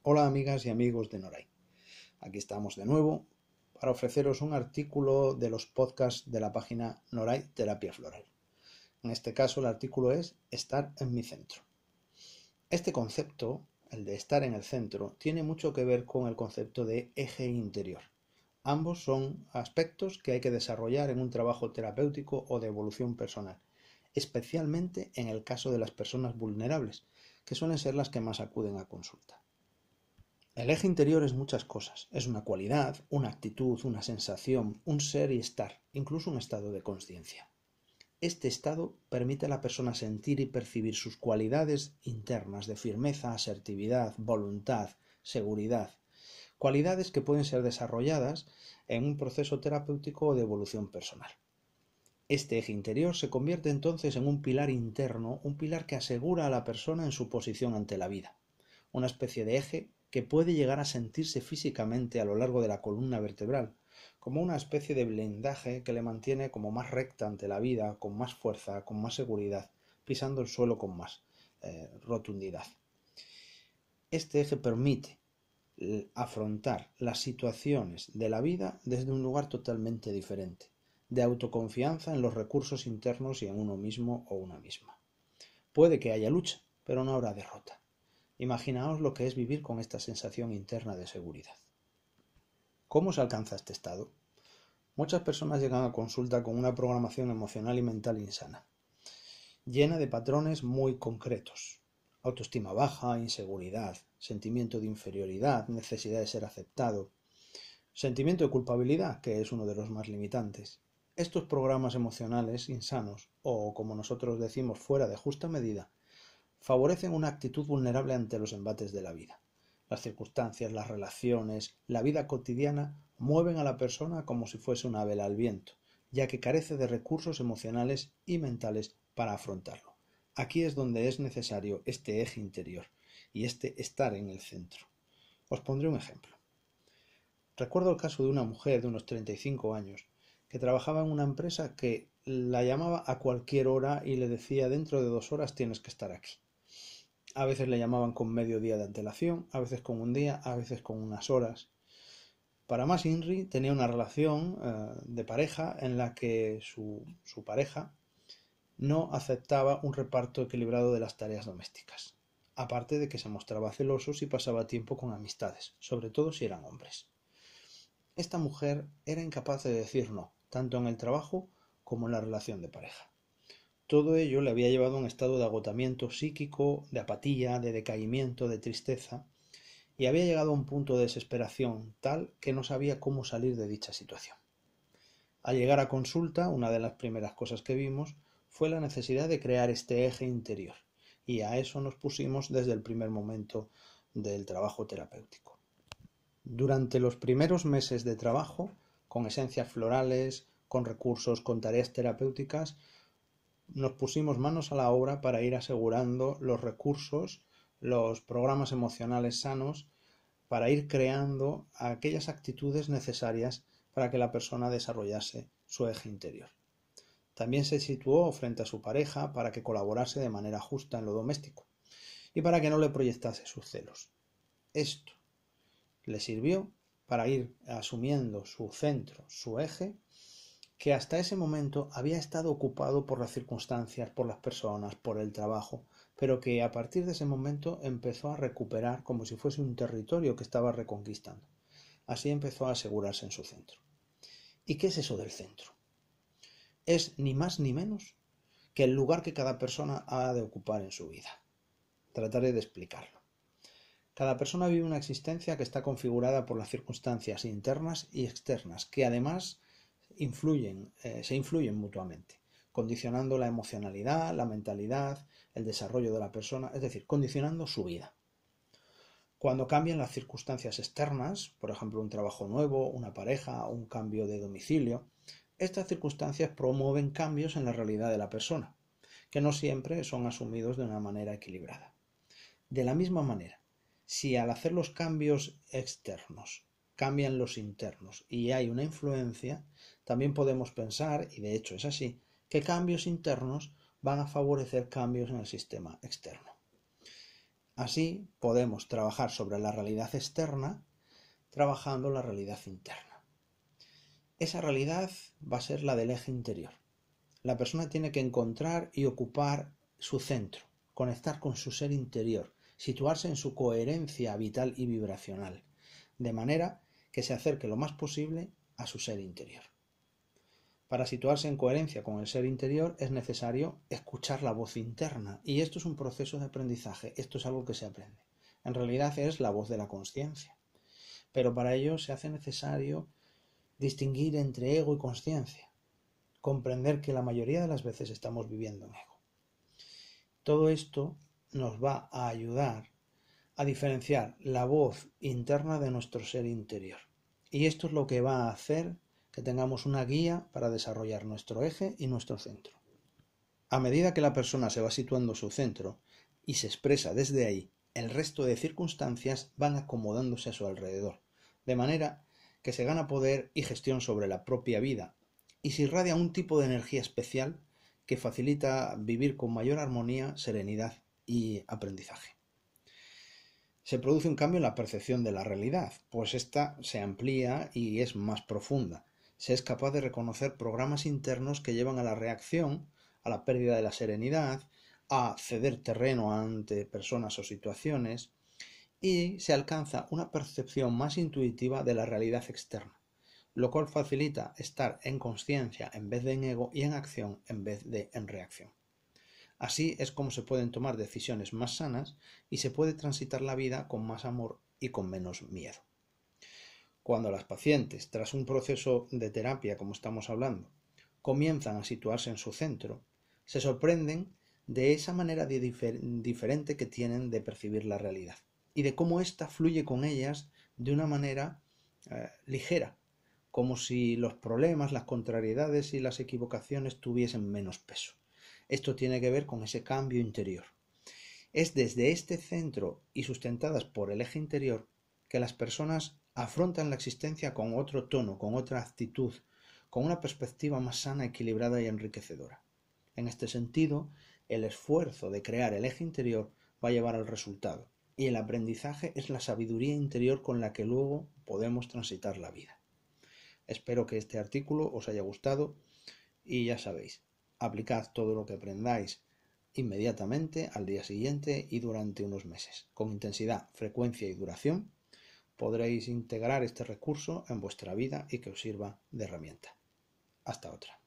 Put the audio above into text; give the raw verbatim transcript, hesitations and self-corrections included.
Hola amigas y amigos de Noray. Aquí estamos de nuevo para ofreceros un artículo de los podcasts de la página Noray Terapia Floral. En este caso el artículo es Estar en mi centro. Este concepto, el de estar en el centro, tiene mucho que ver con el concepto de eje interior. Ambos son aspectos que hay que desarrollar en un trabajo terapéutico o de evolución personal, especialmente en el caso de las personas vulnerables, que suelen ser las que más acuden a consulta. El eje interior es muchas cosas. Es una cualidad, una actitud, una sensación, un ser y estar, incluso un estado de conciencia. Este estado permite a la persona sentir y percibir sus cualidades internas de firmeza, asertividad, voluntad, seguridad, cualidades que pueden ser desarrolladas en un proceso terapéutico o de evolución personal. Este eje interior se convierte entonces en un pilar interno, un pilar que asegura a la persona en su posición ante la vida, una especie de eje que puede llegar a sentirse físicamente a lo largo de la columna vertebral, como una especie de blindaje que le mantiene como más recta ante la vida, con más fuerza, con más seguridad, pisando el suelo con más eh, rotundidad. Este eje permite afrontar las situaciones de la vida desde un lugar totalmente diferente, de autoconfianza en los recursos internos y en uno mismo o una misma. Puede que haya lucha, pero no habrá derrota. Imaginaos lo que es vivir con esta sensación interna de seguridad. ¿Cómo se alcanza este estado? Muchas personas llegan a consulta con una programación emocional y mental insana, llena de patrones muy concretos. Autoestima baja, inseguridad, sentimiento de inferioridad, necesidad de ser aceptado, sentimiento de culpabilidad, que es uno de los más limitantes. Estos programas emocionales insanos, o como nosotros decimos fuera de justa medida, favorecen una actitud vulnerable ante los embates de la vida. Las circunstancias, las relaciones, la vida cotidiana mueven a la persona como si fuese una vela al viento, ya que carece de recursos emocionales y mentales para afrontarlo. Aquí es donde es necesario este eje interior y este estar en el centro. Os pondré un ejemplo. Recuerdo el caso de una mujer de unos treinta y cinco años que trabajaba en una empresa que la llamaba a cualquier hora y le decía dentro de dos horas tienes que estar aquí. A veces le llamaban con medio día de antelación, a veces con un día, a veces con unas horas. Para más Inri tenía una relación eh, de pareja en la que su, su pareja no aceptaba un reparto equilibrado de las tareas domésticas, aparte de que se mostraba celoso si pasaba tiempo con amistades, sobre todo si eran hombres. Esta mujer era incapaz de decir no, tanto en el trabajo como en la relación de pareja. Todo ello le había llevado a un estado de agotamiento psíquico, de apatía, de decaimiento, de tristeza, y había llegado a un punto de desesperación tal que no sabía cómo salir de dicha situación. Al llegar a consulta, una de las primeras cosas que vimos fue la necesidad de crear este eje interior, y a eso nos pusimos desde el primer momento del trabajo terapéutico. Durante los primeros meses de trabajo, con esencias florales, con recursos, con tareas terapéuticas, nos pusimos manos a la obra para ir asegurando los recursos, los programas emocionales sanos, para ir creando aquellas actitudes necesarias para que la persona desarrollase su eje interior. También se situó frente a su pareja para que colaborase de manera justa en lo doméstico y para que no le proyectase sus celos. Esto le sirvió para ir asumiendo su centro, su eje, que hasta ese momento había estado ocupado por las circunstancias, por las personas, por el trabajo, pero que a partir de ese momento empezó a recuperar como si fuese un territorio que estaba reconquistando. Así empezó a asegurarse en su centro. ¿Y qué es eso del centro? Es ni más ni menos que el lugar que cada persona ha de ocupar en su vida. Trataré de explicarlo. Cada persona vive una existencia que está configurada por las circunstancias internas y externas, que además influyen, eh, se influyen mutuamente, condicionando la emocionalidad, la mentalidad, el desarrollo de la persona, es decir, condicionando su vida. Cuando cambian las circunstancias externas, por ejemplo un trabajo nuevo, una pareja, un cambio de domicilio, estas circunstancias promueven cambios en la realidad de la persona, que no siempre son asumidos de una manera equilibrada. De la misma manera, si al hacer los cambios externos cambian los internos y hay una influencia, también podemos pensar, y de hecho es así, que cambios internos van a favorecer cambios en el sistema externo. Así podemos trabajar sobre la realidad externa trabajando la realidad interna. Esa realidad va a ser la del eje interior. La persona tiene que encontrar y ocupar su centro, conectar con su ser interior, situarse en su coherencia vital y vibracional, de manera que se acerque lo más posible a su ser interior. Para situarse en coherencia con el ser interior es necesario escuchar la voz interna, y esto es un proceso de aprendizaje, esto es algo que se aprende. En realidad es la voz de la consciencia, pero para ello se hace necesario distinguir entre ego y consciencia, comprender que la mayoría de las veces estamos viviendo en ego. Todo esto nos va a ayudar a diferenciar la voz interna de nuestro ser interior. Y esto es lo que va a hacer que tengamos una guía para desarrollar nuestro eje y nuestro centro. A medida que la persona se va situando en su centro y se expresa desde ahí, el resto de circunstancias van acomodándose a su alrededor, de manera que se gana poder y gestión sobre la propia vida y se irradia un tipo de energía especial que facilita vivir con mayor armonía, serenidad y aprendizaje. Se produce un cambio en la percepción de la realidad, pues ésta se amplía y es más profunda. Se es capaz de reconocer programas internos que llevan a la reacción, a la pérdida de la serenidad, a ceder terreno ante personas o situaciones, y se alcanza una percepción más intuitiva de la realidad externa, lo cual facilita estar en consciencia en vez de en ego y en acción en vez de en reacción. Así es como se pueden tomar decisiones más sanas y se puede transitar la vida con más amor y con menos miedo. Cuando las pacientes, tras un proceso de terapia como estamos hablando, comienzan a situarse en su centro, se sorprenden de esa manera de difer- diferente que tienen de percibir la realidad y de cómo ésta fluye con ellas de una manera eh, ligera, como si los problemas, las contrariedades y las equivocaciones tuviesen menos peso. Esto tiene que ver con ese cambio interior. Es desde este centro y sustentadas por el eje interior que las personas afrontan la existencia con otro tono, con otra actitud, con una perspectiva más sana, equilibrada y enriquecedora. En este sentido, el esfuerzo de crear el eje interior va a llevar al resultado, y el aprendizaje es la sabiduría interior con la que luego podemos transitar la vida. Espero que este artículo os haya gustado y ya sabéis, aplicad todo lo que aprendáis inmediatamente, al día siguiente y durante unos meses. Con intensidad, frecuencia y duración podréis integrar este recurso en vuestra vida y que os sirva de herramienta. Hasta otra.